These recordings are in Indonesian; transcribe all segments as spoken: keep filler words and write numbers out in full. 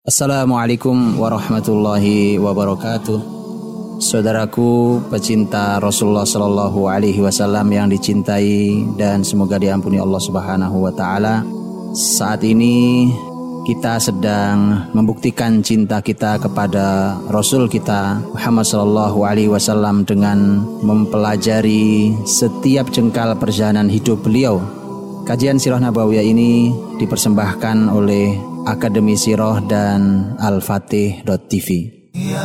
Assalamualaikum warahmatullahi wabarakatuh. Saudaraku pecinta Rasulullah sallallahu alaihi wasallam yang dicintai dan semoga diampuni Allah Subhanahu wa taala. Saat ini kita sedang membuktikan cinta kita kepada Rasul kita Muhammad sallallahu alaihi wasallam dengan mempelajari setiap jengkal perjalanan hidup beliau. Kajian Sirah Nabawiyah ini dipersembahkan oleh Akademi Sirah dan Al-Fatih dot T V. Ya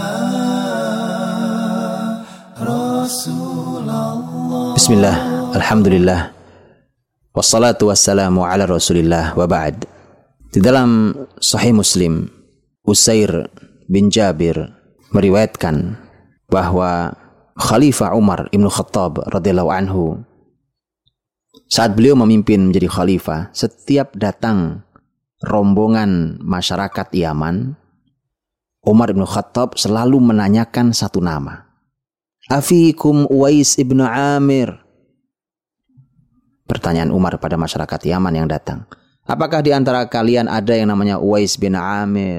Rasulullah. Bismillah, alhamdulillah, wassalatu wassalamu ala rasulillah, wa ba'd. Di dalam Sahih Muslim, Usair bin Jabir meriwayatkan bahwa Khalifah Umar ibn Khattab radhiyallahu anhu, saat beliau memimpin menjadi khalifah, setiap datang rombongan masyarakat Yaman, Umar bin Khattab selalu menanyakan satu nama. Afikum Uwais ibn Amir. Pertanyaan Umar pada masyarakat Yaman yang datang. Apakah di antara kalian ada yang namanya Uwais bin Amir?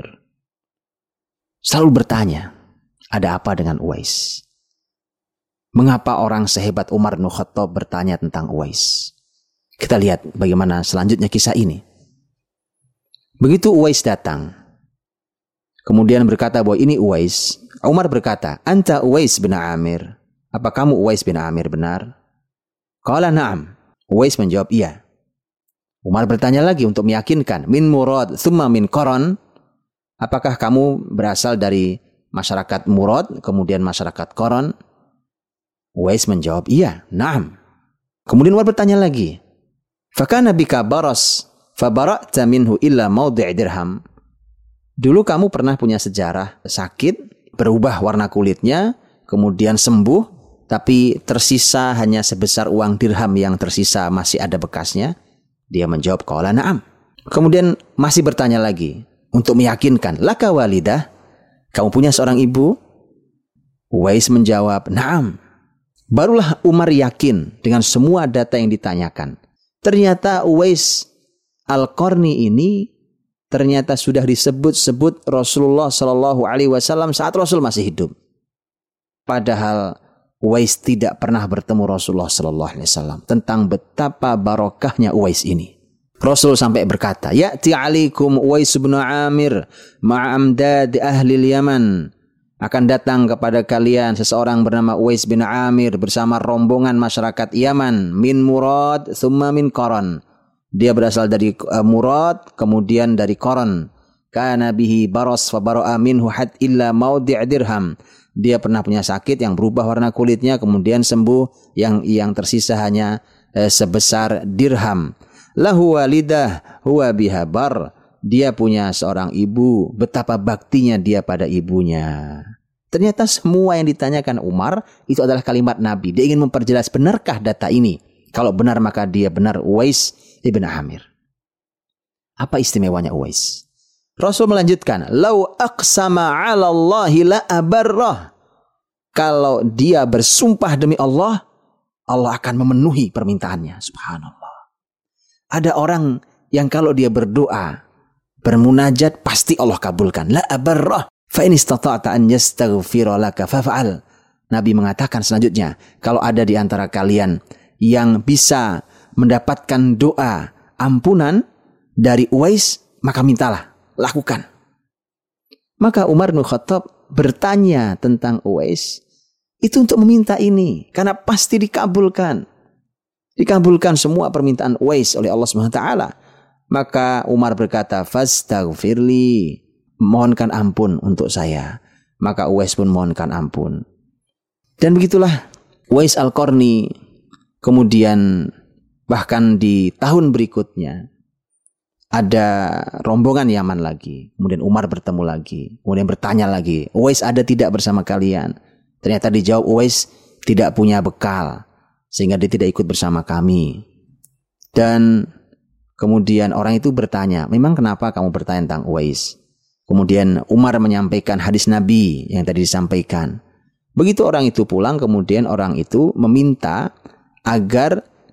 Selalu bertanya, ada apa dengan Uwais? Mengapa orang sehebat Umar bin Khattab bertanya tentang Uwais? Kita lihat bagaimana selanjutnya kisah ini. Begitu Uwais datang, kemudian berkata bahwa ini Uwais, Umar berkata, Anta Uwais bin Amir. Apa kamu Uwais bin Amir benar? Qala na'am. Uwais menjawab iya. Umar bertanya lagi untuk meyakinkan, Min Murad thumma min Qaran. Apakah kamu berasal dari masyarakat Murad kemudian masyarakat Qaran? Uwais menjawab iya, na'am. Kemudian Umar bertanya lagi, Fakana bika baras fabara'ta minhu illa mawdi' dirham. Dulu kamu pernah punya sejarah sakit, berubah warna kulitnya, kemudian sembuh, tapi tersisa hanya sebesar uang dirham yang tersisa masih ada bekasnya. Dia menjawab qala na'am. Kemudian masih bertanya lagi untuk meyakinkan, laka walidah, kamu punya seorang ibu? Uwais menjawab na'am. Barulah Umar yakin dengan semua data yang ditanyakan. Ternyata Uwais Al-Qarni ini ternyata sudah disebut-sebut Rasulullah sallallahu alaihi wasallam saat Rasul masih hidup. Padahal Uwais tidak pernah bertemu Rasulullah sallallahu alaihi wasallam. Tentang betapa barokahnya Uwais ini, Rasul sampai berkata, Ya'ti alaikum Uwais bin Amir ma'amdad ahli Yaman. Akan datang kepada kalian seseorang bernama Uwais bin Amir bersama rombongan masyarakat Yaman, min Murad thumma min Qaran. Dia berasal dari uh, Murad, kemudian dari Qaran. Kana bihi baras fa bara'a minhu had illa mawdi' dirham. Dia pernah punya sakit yang berubah warna kulitnya, kemudian sembuh, yang yang tersisa hanya uh, sebesar dirham. Lahu walidah huwa biha bar. Dia punya seorang ibu, betapa baktinya dia pada ibunya. Ternyata semua yang ditanyakan Umar itu adalah kalimat Nabi. Dia ingin memperjelas, benarkah data ini? Kalau benar maka dia benar Uwais ibn Amir. Apa istimewanya Uwais? Rasul melanjutkan, Lau aqsama 'ala Allahi la abarrah. Kalau dia bersumpah demi Allah, Allah akan memenuhi permintaannya. Subhanallah. Ada orang yang kalau dia berdoa, bermunajat, pasti Allah kabulkan. La abarrah fa in istata'ta an yastaghfira laka faf'al. Nabi mengatakan selanjutnya, kalau ada di antara kalian yang bisa mendapatkan doa ampunan dari Uwais, maka mintalah, lakukan. Maka Umar bin Khattab bertanya tentang Uwais itu untuk meminta ini, karena pasti dikabulkan. Dikabulkan semua permintaan Uwais oleh Allah Subhanahu wa taala. Maka Umar berkata, fastaghfirli, mohonkan ampun untuk saya. Maka Uwais pun mohonkan ampun. Dan begitulah Uwais Al-Qarni. Kemudian bahkan di tahun berikutnya ada rombongan Yaman lagi. Kemudian Umar bertemu lagi. Kemudian bertanya lagi, Uwais ada tidak bersama kalian? Ternyata dijawab, Uwais tidak punya bekal, sehingga dia tidak ikut bersama kami. Dan kemudian orang itu bertanya, memang kenapa kamu bertanya tentang Uwais? Kemudian Umar menyampaikan hadis Nabi yang tadi disampaikan. Begitu orang itu pulang, kemudian orang itu meminta agar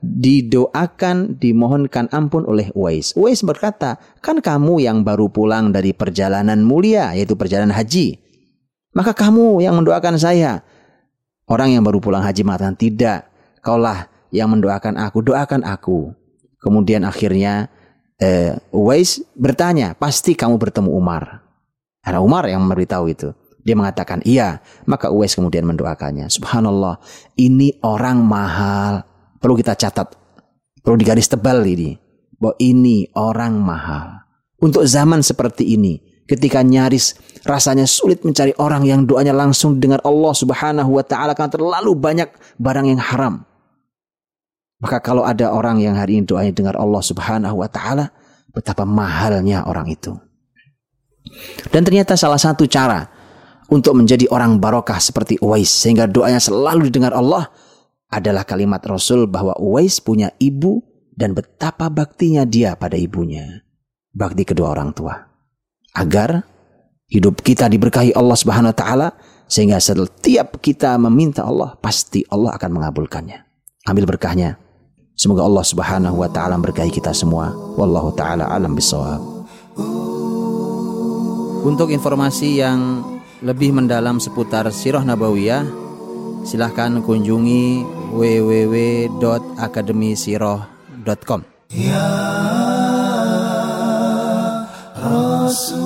didoakan, dimohonkan ampun oleh Uwais. Uwais berkata, kan kamu yang baru pulang dari perjalanan mulia, yaitu perjalanan haji. Maka kamu yang mendoakan saya. Orang yang baru pulang haji mengatakan, tidak, kaulah yang mendoakan aku, doakan aku. Kemudian akhirnya uh, Uwais bertanya, pasti kamu bertemu Umar. Ada Umar yang memberitahu itu. Dia mengatakan iya, maka Uwais kemudian mendoakannya. Subhanallah, ini orang mahal. Perlu kita catat, perlu digaris tebal ini, bahwa ini orang mahal. Untuk zaman seperti ini, ketika nyaris rasanya sulit mencari orang yang doanya langsung dengan Allah Subhanahu wa taala karena terlalu banyak barang yang haram. Maka kalau ada orang yang hari ini doanya dengar Allah Subhanahu wa taala, betapa mahalnya orang itu. Dan ternyata salah satu cara untuk menjadi orang barokah seperti Uwais sehingga doanya selalu didengar Allah adalah kalimat Rasul bahwa Uwais punya ibu dan betapa baktinya dia pada ibunya. Bakti kedua orang tua. Agar hidup kita diberkahi Allah Subhanahu wa taala sehingga setiap kita meminta Allah pasti Allah akan mengabulkannya. Ambil berkahnya. Semoga Allah Subhanahu wa taala memberkahi kita semua. Wallahu taala alam bisawab. Untuk informasi yang lebih mendalam seputar Sirah Nabawiyah, silahkan kunjungi w w w dot akademi sirah dot com. Ya Rasul